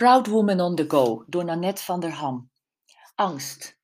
Proud Woman on the Go door Nanette van der Ham. Angst.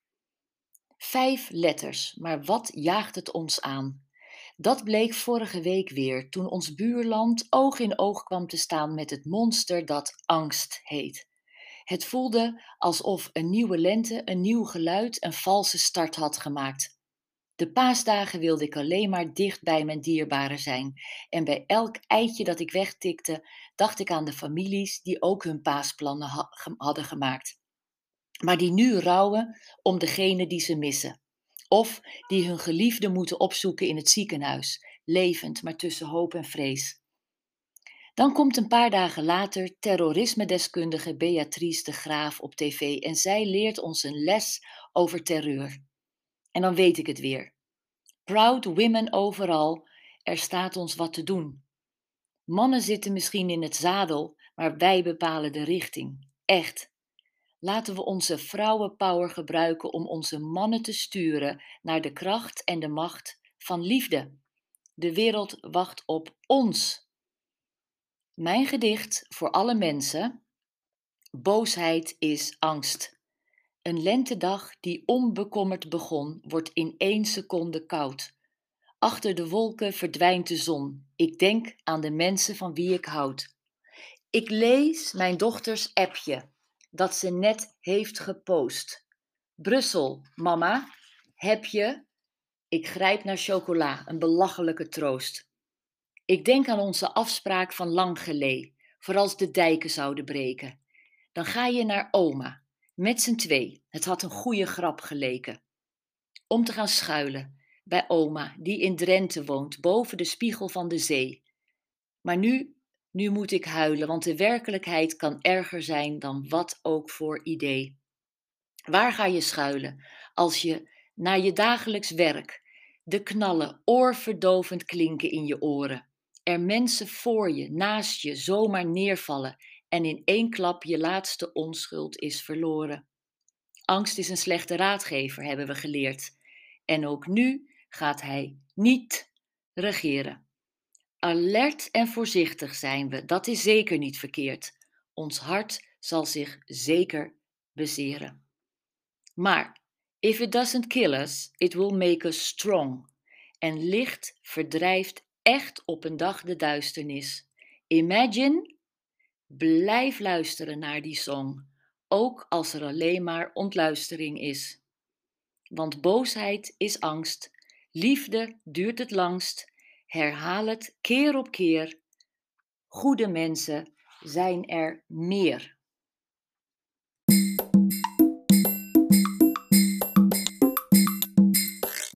5 letters, maar wat jaagt het ons aan? Dat bleek vorige week weer toen ons buurland oog in oog kwam te staan met het monster dat angst heet. Het voelde alsof een nieuwe lente, een nieuw geluid, een valse start had gemaakt. De paasdagen wilde ik alleen maar dicht bij mijn dierbaren zijn. En bij elk eitje dat ik wegtikte, dacht ik aan de families die ook hun paasplannen hadden gemaakt. Maar die nu rouwen om degene die ze missen. Of die hun geliefde moeten opzoeken in het ziekenhuis, levend, maar tussen hoop en vrees. Dan komt een paar dagen later terrorisme-deskundige Beatrice de Graaf op tv en zij leert ons een les over terreur. En dan weet ik het weer. Proud women overal, er staat ons wat te doen. Mannen zitten misschien in het zadel, maar wij bepalen de richting. Echt. Laten we onze vrouwenpower gebruiken om onze mannen te sturen naar de kracht en de macht van liefde. De wereld wacht op ons. Mijn gedicht voor alle mensen. Boosheid is angst. Een lentedag die onbekommerd begon, wordt in 1 seconde koud. Achter de wolken verdwijnt de zon. Ik denk aan de mensen van wie ik houd. Ik lees mijn dochters appje dat ze net heeft gepost. Brussel, mama, heb je? Ik grijp naar chocola, een belachelijke troost. Ik denk aan onze afspraak van lang geleden, voor als de dijken zouden breken. Dan ga je naar oma, met z'n twee. Het had een goede grap geleken. Om te gaan schuilen bij oma, die in Drenthe woont, boven de spiegel van de zee. Maar nu moet ik huilen, want de werkelijkheid kan erger zijn dan wat ook voor idee. Waar ga je schuilen als je naar je dagelijks werk de knallen oorverdovend klinken in je oren, er mensen voor je, naast je, zomaar neervallen en in 1 klap je laatste onschuld is verloren? Angst is een slechte raadgever, hebben we geleerd. En ook nu gaat hij niet regeren. Alert en voorzichtig zijn we, dat is zeker niet verkeerd. Ons hart zal zich zeker bezeren. Maar if it doesn't kill us, it will make us strong. En licht verdrijft echt op een dag de duisternis. Imagine, blijf luisteren naar die song, ook als er alleen maar ontluistering is. Want boosheid is angst, liefde duurt het langst, herhaal het keer op keer. Goede mensen zijn er meer.